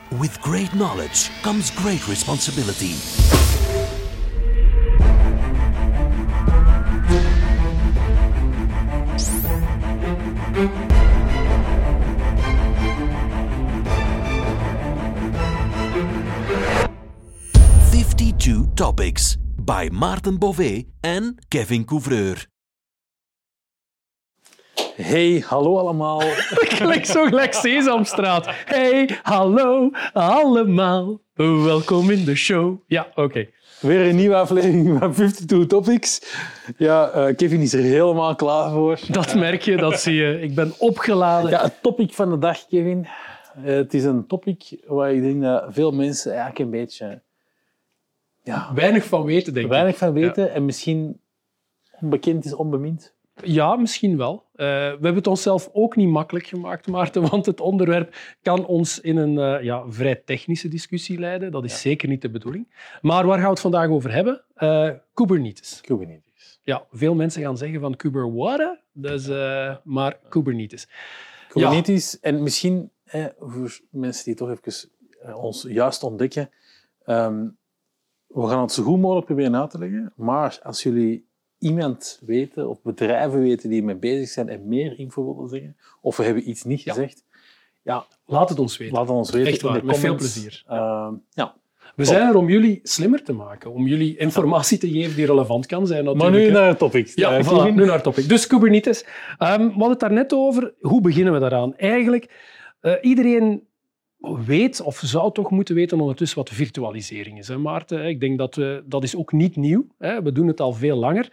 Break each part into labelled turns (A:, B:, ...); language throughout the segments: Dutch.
A: With great knowledge comes great responsibility. "52 Topics" by Maarten Bové en Kevin Couvreur.
B: Hey, hallo allemaal.
C: Klinkt zo gelijk Sesamstraat. Hey, hallo allemaal. Welkom in de show. Ja, oké.
B: Weer een nieuwe aflevering van 52 Topics. Ja, Kevin is er helemaal klaar voor.
C: Dat merk je, dat zie je. Ik ben opgeladen.
B: Ja, het topic van de dag, Kevin. Het is een topic waar ik denk dat veel mensen eigenlijk een beetje...
C: Weinig van weten, denk ik.
B: Weinig van weten en misschien onbekend is, onbemind.
C: Ja, misschien wel. We hebben het onszelf ook niet makkelijk gemaakt, Maarten, want het onderwerp kan ons in een vrij technische discussie leiden. Dat is zeker niet de bedoeling. Maar waar gaan we het vandaag over hebben? Kubernetes.
B: Kubernetes.
C: Ja, veel mensen gaan zeggen van Kuberwater, dus, maar Kubernetes.
B: Kubernetes, en misschien voor mensen die toch even ons juist ontdekken, we gaan het zo goed mogelijk proberen uit te leggen, maar als jullie iemand weten of bedrijven weten die ermee bezig zijn en meer info willen zeggen, of we hebben iets niet gezegd,
C: laat het ons weten.
B: laat het ons weten.
C: Echt waar,
B: in de
C: met
B: comments.
C: veel plezier.
B: We
C: zijn er om jullie slimmer te maken, om jullie informatie te geven die relevant kan zijn.
B: Maar
C: natuurlijk.
B: nu naar het topic.
C: Ja, voilà, nu naar het topic. Dus Kubernetes. We hadden het daar net over. Hoe beginnen we daaraan? Eigenlijk, iedereen weet, of zou toch moeten weten ondertussen wat virtualisering is. Hè, Maarten? Ik denk dat is ook niet nieuw. Hè? We doen het al veel langer.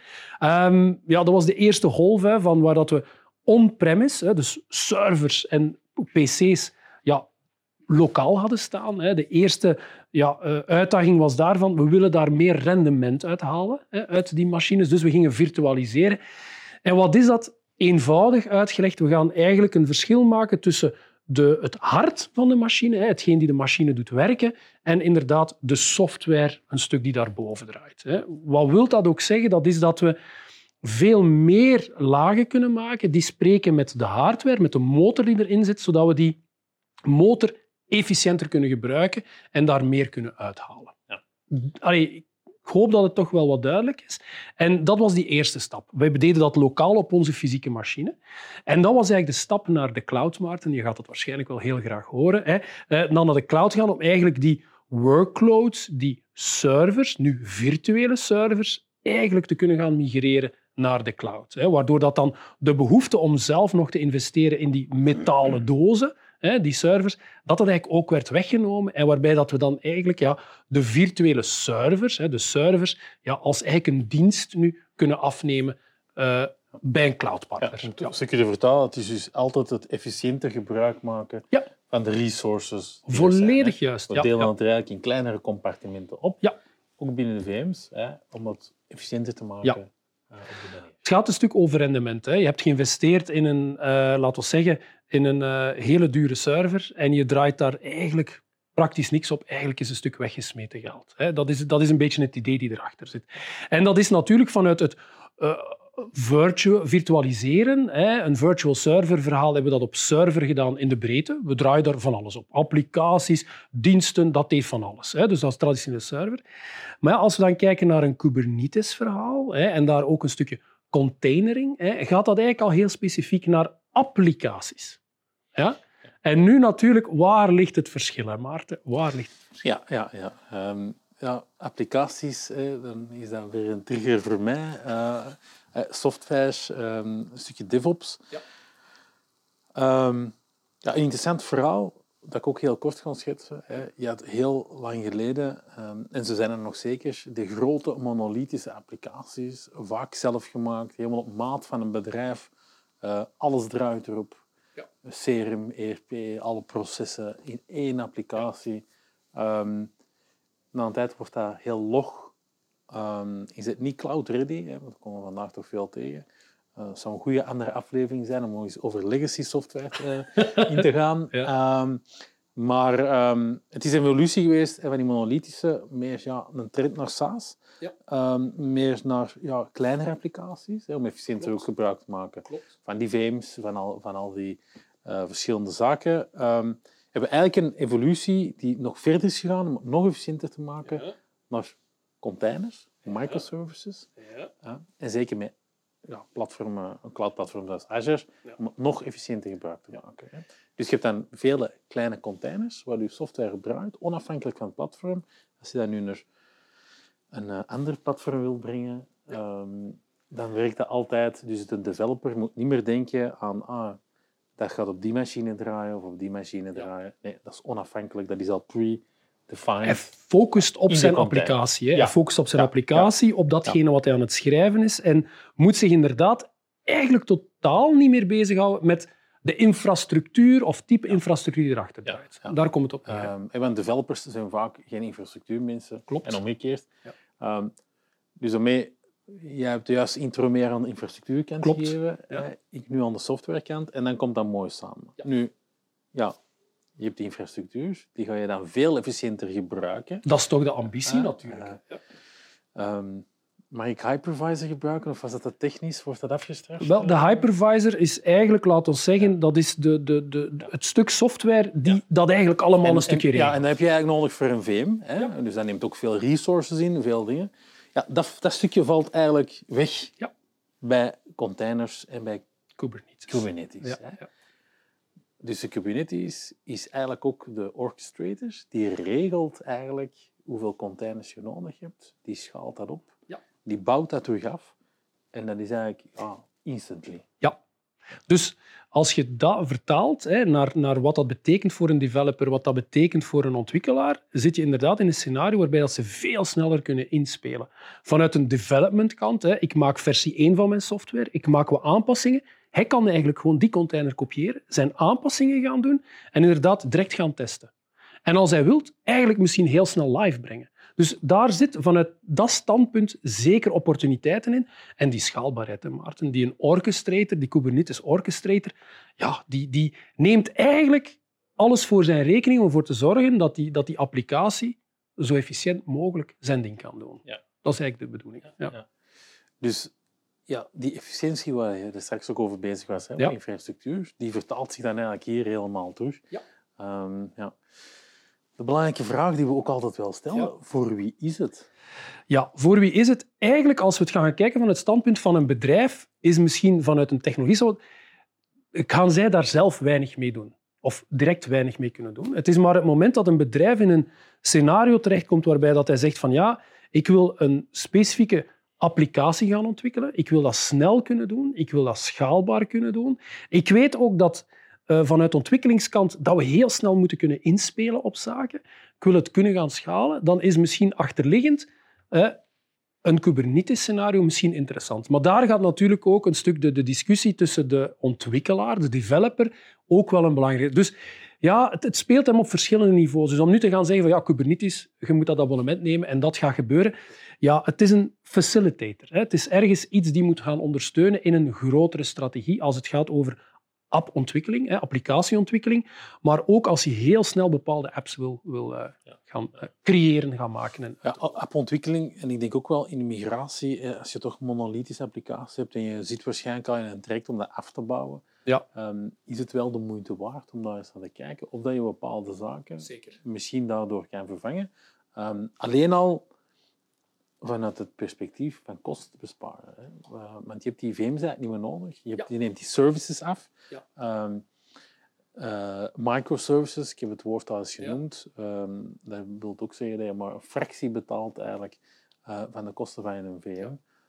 C: Dat was de eerste golf van waar dat we on-premise, dus servers en PC's, lokaal hadden staan. De eerste uitdaging was daarvan, we willen daar meer rendement uithalen uit die machines. Dus we gingen virtualiseren. En wat is dat? Eenvoudig uitgelegd, we gaan eigenlijk een verschil maken tussen het hart van de machine, hetgeen die de machine doet werken, en inderdaad de software, een stuk die daarboven draait. Wat wil dat ook zeggen? Dat is dat we veel meer lagen kunnen maken die spreken met de hardware, met de motor die erin zit, zodat we die motor efficiënter kunnen gebruiken en daar meer kunnen uithalen. Ja. Ik hoop dat het toch wel wat duidelijk is. En dat was die eerste stap. Wij deden dat lokaal op onze fysieke machine. En dat was eigenlijk de stap naar de cloud, Maarten. Je gaat dat waarschijnlijk wel heel graag horen. Dan naar de cloud gaan om eigenlijk die workloads, die servers, nu virtuele servers, eigenlijk te kunnen gaan migreren naar de cloud. Waardoor dat dan de behoefte om zelf nog te investeren in die metalen dozen, die servers, dat eigenlijk ook werd weggenomen en waarbij dat we dan eigenlijk de virtuele servers, de servers, als eigenlijk een dienst nu kunnen afnemen bij een cloudpartner.
B: Om een stukje te vertalen, het is dus altijd het efficiënter gebruik maken van de resources.
C: Volledig juist.
B: We delen het eigenlijk in kleinere compartimenten op, ook binnen de VM's, om het efficiënter te maken. Op de manier.
C: Het gaat een stuk over rendement. Je hebt geïnvesteerd in een, laten we zeggen, in een hele dure server en je draait daar eigenlijk praktisch niks op. Eigenlijk is een stuk weggesmeten geld. Dat is een beetje het idee die erachter zit. En dat is natuurlijk vanuit het virtualiseren. Een virtual server verhaal hebben we dat op server gedaan in de breedte. We draaien daar van alles op. Applicaties, diensten, dat deed van alles. Dus dat is traditionele server. Maar als we dan kijken naar een Kubernetes verhaal en daar ook een stukje containering, gaat dat eigenlijk al heel specifiek naar applicaties. Ja? En nu natuurlijk, waar ligt het verschil, hè, Maarten? Waar ligt het verschil?
B: Applicaties, dan is dat weer een trigger voor mij. Software, een stukje DevOps. Een interessant verhaal dat ik ook heel kort kan schetsen. Je had heel lang geleden, en ze zijn er nog zeker, de grote monolithische applicaties, vaak zelf gemaakt, helemaal op maat van een bedrijf. Alles draait erop. CRM, ERP, alle processen in één applicatie. Na een tijd wordt dat heel log. Is het niet cloud-ready? Want daar komen we vandaag toch veel tegen. Het zou een goede andere aflevering zijn om nog eens over legacy software in te gaan. Maar het is een evolutie geweest van die monolithische, meer een trend naar SaaS. Meer naar kleinere applicaties, om efficiënter ook gebruik te maken van die VM's, van al die verschillende zaken. hebben eigenlijk een evolutie die nog verder is gegaan om het nog efficiënter te maken naar containers, microservices. Ja. En zeker met platformen, een cloud-platform zoals Azure, om het nog efficiënter gebruik te maken. Hè. Dus je hebt dan vele kleine containers waar je software draait, onafhankelijk van het platform. Als je dat nu naar een ander platform wil brengen, dan werkt dat altijd. Dus de developer moet niet meer denken aan dat gaat op die machine draaien of op die machine draaien. Nee, dat is onafhankelijk. Dat is al pre-defined.
C: Hij focust op
B: In de
C: zijn
B: container.
C: applicatie. Hè.
B: Ja.
C: Hij focust op zijn
B: Ja.
C: applicatie, op datgene wat hij aan het schrijven is. En moet zich inderdaad eigenlijk totaal niet meer bezighouden met de infrastructuur of type infrastructuur die erachter draait.
B: Ja.
C: Daar komt het op neer.
B: Want developers zijn vaak geen infrastructuurmensen.
C: Klopt.
B: En omgekeerd.
C: Ja.
B: Dus daarmee, jij hebt juist intro meer aan de infrastructuurkant
C: Klopt.
B: gegeven.
C: Ja.
B: Ik nu aan de softwarekant. En dan komt dat mooi samen.
C: Ja.
B: Nu, je hebt die infrastructuur. Die ga je dan veel efficiënter gebruiken.
C: Dat is toch de ambitie natuurlijk.
B: Mag ik hypervisor gebruiken of was dat te technisch? Wordt dat afgestraft?
C: Wel, de hypervisor is eigenlijk, laten we zeggen, dat is het stuk software die dat eigenlijk allemaal een stukje regelt.
B: Ja, en dat heb je eigenlijk nodig voor een VM. Hè? Dus dat neemt ook veel resources in, veel dingen. Ja, dat stukje valt eigenlijk weg bij containers en bij Kubernetes.
C: Ja.
B: Hè? Dus de Kubernetes is eigenlijk ook de orchestrator. Die regelt eigenlijk hoeveel containers je nodig hebt. Die schaalt dat op.
C: Ja.
B: Die bouwt dat terug af. En dat is eigenlijk instantly.
C: Ja. Dus als je dat vertaalt naar wat dat betekent voor een developer, wat dat betekent voor een ontwikkelaar, zit je inderdaad in een scenario waarbij dat ze veel sneller kunnen inspelen. Vanuit een development kant, ik maak versie 1 van mijn software, ik maak wat aanpassingen. Hij kan eigenlijk gewoon die container kopiëren, zijn aanpassingen gaan doen en inderdaad direct gaan testen. En als hij wilt, eigenlijk misschien heel snel live brengen. Dus daar zit vanuit dat standpunt zeker opportuniteiten in. En die schaalbaarheid, hè, Maarten, die een orchestrator, die Kubernetes orchestrator, die neemt eigenlijk alles voor zijn rekening om ervoor te zorgen dat die applicatie zo efficiënt mogelijk zijn ding kan doen.
B: Ja.
C: Dat is eigenlijk de bedoeling. Ja.
B: Dus die efficiëntie waar je er straks ook over bezig was, hè,
C: Ja.
B: infrastructuur, die vertaalt zich dan eigenlijk hier helemaal terug.
C: Ja.
B: De belangrijke vraag die we ook altijd wel stellen, voor wie is het?
C: Ja, voor wie is het? Eigenlijk, als we het gaan kijken van het standpunt van een bedrijf, is misschien vanuit een technologie, gaan zij daar zelf weinig mee doen. Of direct weinig mee kunnen doen. Het is maar het moment dat een bedrijf in een scenario terechtkomt waarbij dat hij zegt van ik wil een specifieke applicatie gaan ontwikkelen. Ik wil dat snel kunnen doen. Ik wil dat schaalbaar kunnen doen. Ik weet ook dat vanuit ontwikkelingskant dat we heel snel moeten kunnen inspelen op zaken. Ik wil het kunnen gaan schalen. Dan is misschien achterliggend een Kubernetes-scenario misschien interessant. Maar daar gaat natuurlijk ook een stuk de discussie tussen de ontwikkelaar, de developer, ook wel een belangrijke. Dus het speelt hem op verschillende niveaus. Dus om nu te gaan zeggen van Kubernetes, je moet dat abonnement nemen en dat gaat gebeuren. Ja, het is een facilitator. Het is ergens iets die moet gaan ondersteunen in een grotere strategie als het gaat over appontwikkeling, applicatieontwikkeling, maar ook als je heel snel bepaalde apps wil gaan creëren, gaan maken.
B: Appontwikkeling, en ik denk ook wel in de migratie, als je toch monolithische applicaties hebt en je zit waarschijnlijk al in een traject om dat af te bouwen, is het wel de moeite waard om daar eens naar te kijken of dat je bepaalde zaken misschien daardoor kan vervangen. Alleen al vanuit het perspectief van kosten besparen. Hè. Want je hebt die VM's eigenlijk niet meer nodig. Je neemt die services af. Microservices, ik heb het woord al eens genoemd. Dat wil ook zeggen dat je maar een fractie betaalt eigenlijk, van de kosten van een VM.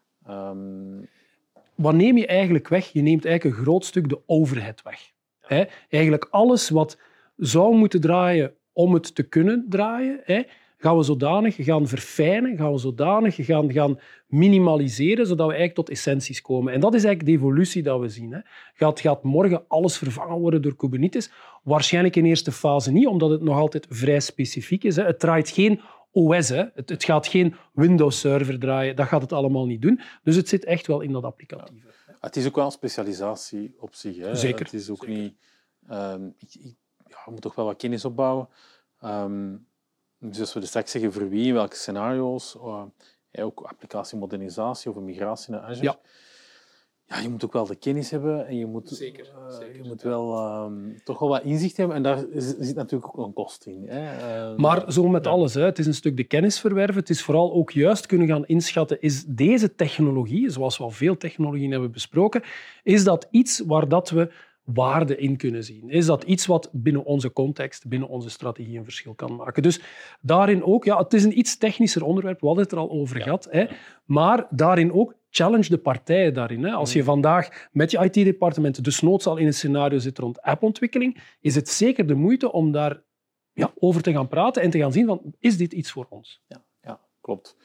C: Wat neem je eigenlijk weg? Je neemt eigenlijk een groot stuk de overhead weg. Eigenlijk alles wat zou moeten draaien om het te kunnen draaien, gaan we zodanig gaan verfijnen, gaan we zodanig gaan minimaliseren, zodat we eigenlijk tot essenties komen. En dat is eigenlijk de evolutie dat we zien. Gaat morgen alles vervangen worden door Kubernetes? Waarschijnlijk in eerste fase niet, omdat het nog altijd vrij specifiek is. Het draait geen OS, het gaat geen Windows-server draaien, dat gaat het allemaal niet doen. Dus het zit echt wel in dat applicatieve.
B: Het is ook wel een specialisatie op zich. Hè.
C: Zeker.
B: Het is ook niet... je moet toch wel wat kennis opbouwen. Dus als we straks zeggen voor wie, welke scenario's, ook applicatiemodernisatie of een migratie naar Azure. ja, je moet ook wel de kennis hebben en je moet,
C: Zeker.
B: je moet wel toch wel wat inzicht hebben. En daar zit natuurlijk ook een kost in. Hè.
C: Maar zo met alles. Hè. Het is een stuk de kennis verwerven. Het is vooral ook juist kunnen gaan inschatten, is deze technologie, zoals we al veel technologieën hebben besproken, is dat iets waar dat we waarde in kunnen zien? Is dat iets wat binnen onze context, binnen onze strategie een verschil kan maken? Dus daarin ook, ja, het is een iets technischer onderwerp, we hadden het er al over gehad, hè, maar daarin ook challenge de partijen daarin. Hè. Als je vandaag met je IT-departement desnoods al in een scenario zit rond appontwikkeling, is het zeker de moeite om daar over te gaan praten en te gaan zien van, is dit iets voor ons?
B: Ja, klopt.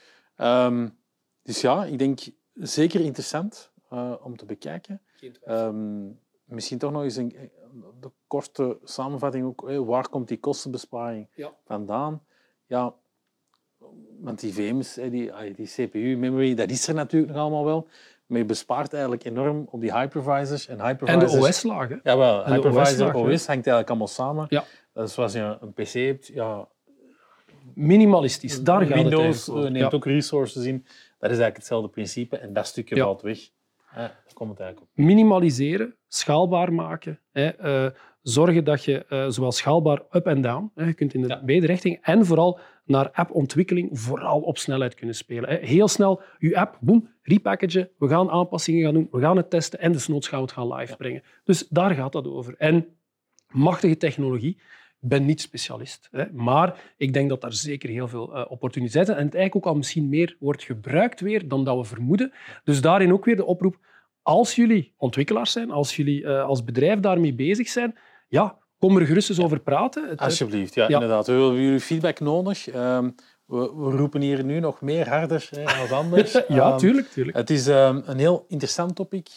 B: Dus ja, ik denk zeker interessant om te bekijken. Misschien toch nog eens de korte samenvatting ook. Waar komt die kostenbesparing vandaan? Ja, want die VM's, die CPU-memory, dat is er natuurlijk nog allemaal wel. Maar je bespaart eigenlijk enorm op die hypervisors. En
C: de OS-lagen.
B: Jawel,
C: en
B: hypervisor, OS hangt eigenlijk allemaal samen.
C: Ja.
B: Dat is zoals je een PC hebt. Ja,
C: minimalistisch, daar gaat
B: Windows
C: het over.
B: neemt ook resources in. Dat is eigenlijk hetzelfde principe. En dat stukje valt weg. Daar komt het eigenlijk op.
C: Minimaliseren, schaalbaar maken. Zorgen dat je zowel schaalbaar up en down, je kunt in de beide richting, en vooral naar appontwikkeling vooral op snelheid kunnen spelen. Heel snel je app, boem, repackagen, we gaan aanpassingen gaan doen, we gaan het testen en desnoods gaan we het gaan live brengen. Dus daar gaat dat over. En machtige technologie. Ik ben niet specialist, maar ik denk dat daar zeker heel veel opportuniteiten zijn en het eigenlijk ook al misschien meer wordt gebruikt weer dan dat we vermoeden. Dus daarin ook weer de oproep, als jullie ontwikkelaars zijn, als jullie als bedrijf daarmee bezig zijn, kom er gerust eens over praten.
B: Alsjeblieft, inderdaad. We hebben jullie feedback nodig. We roepen hier nu nog meer harder dan anders.
C: Tuurlijk.
B: Het is een heel interessant topic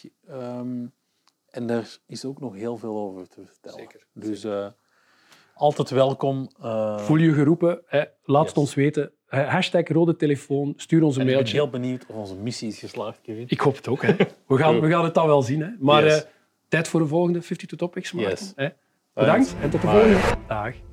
B: en er is ook nog heel veel over te vertellen.
C: Zeker.
B: Dus altijd welkom.
C: Voel je geroepen, laat het ons weten. Hashtag rode telefoon, stuur ons een mailtje.
B: Ik ben heel benieuwd of onze missie is geslaagd, Kevin.
C: Ik hoop het ook. We gaan het dan wel zien. Hè. Maar tijd voor de volgende 52 Topics. Maarten. Bedankt en tot de volgende. Dag.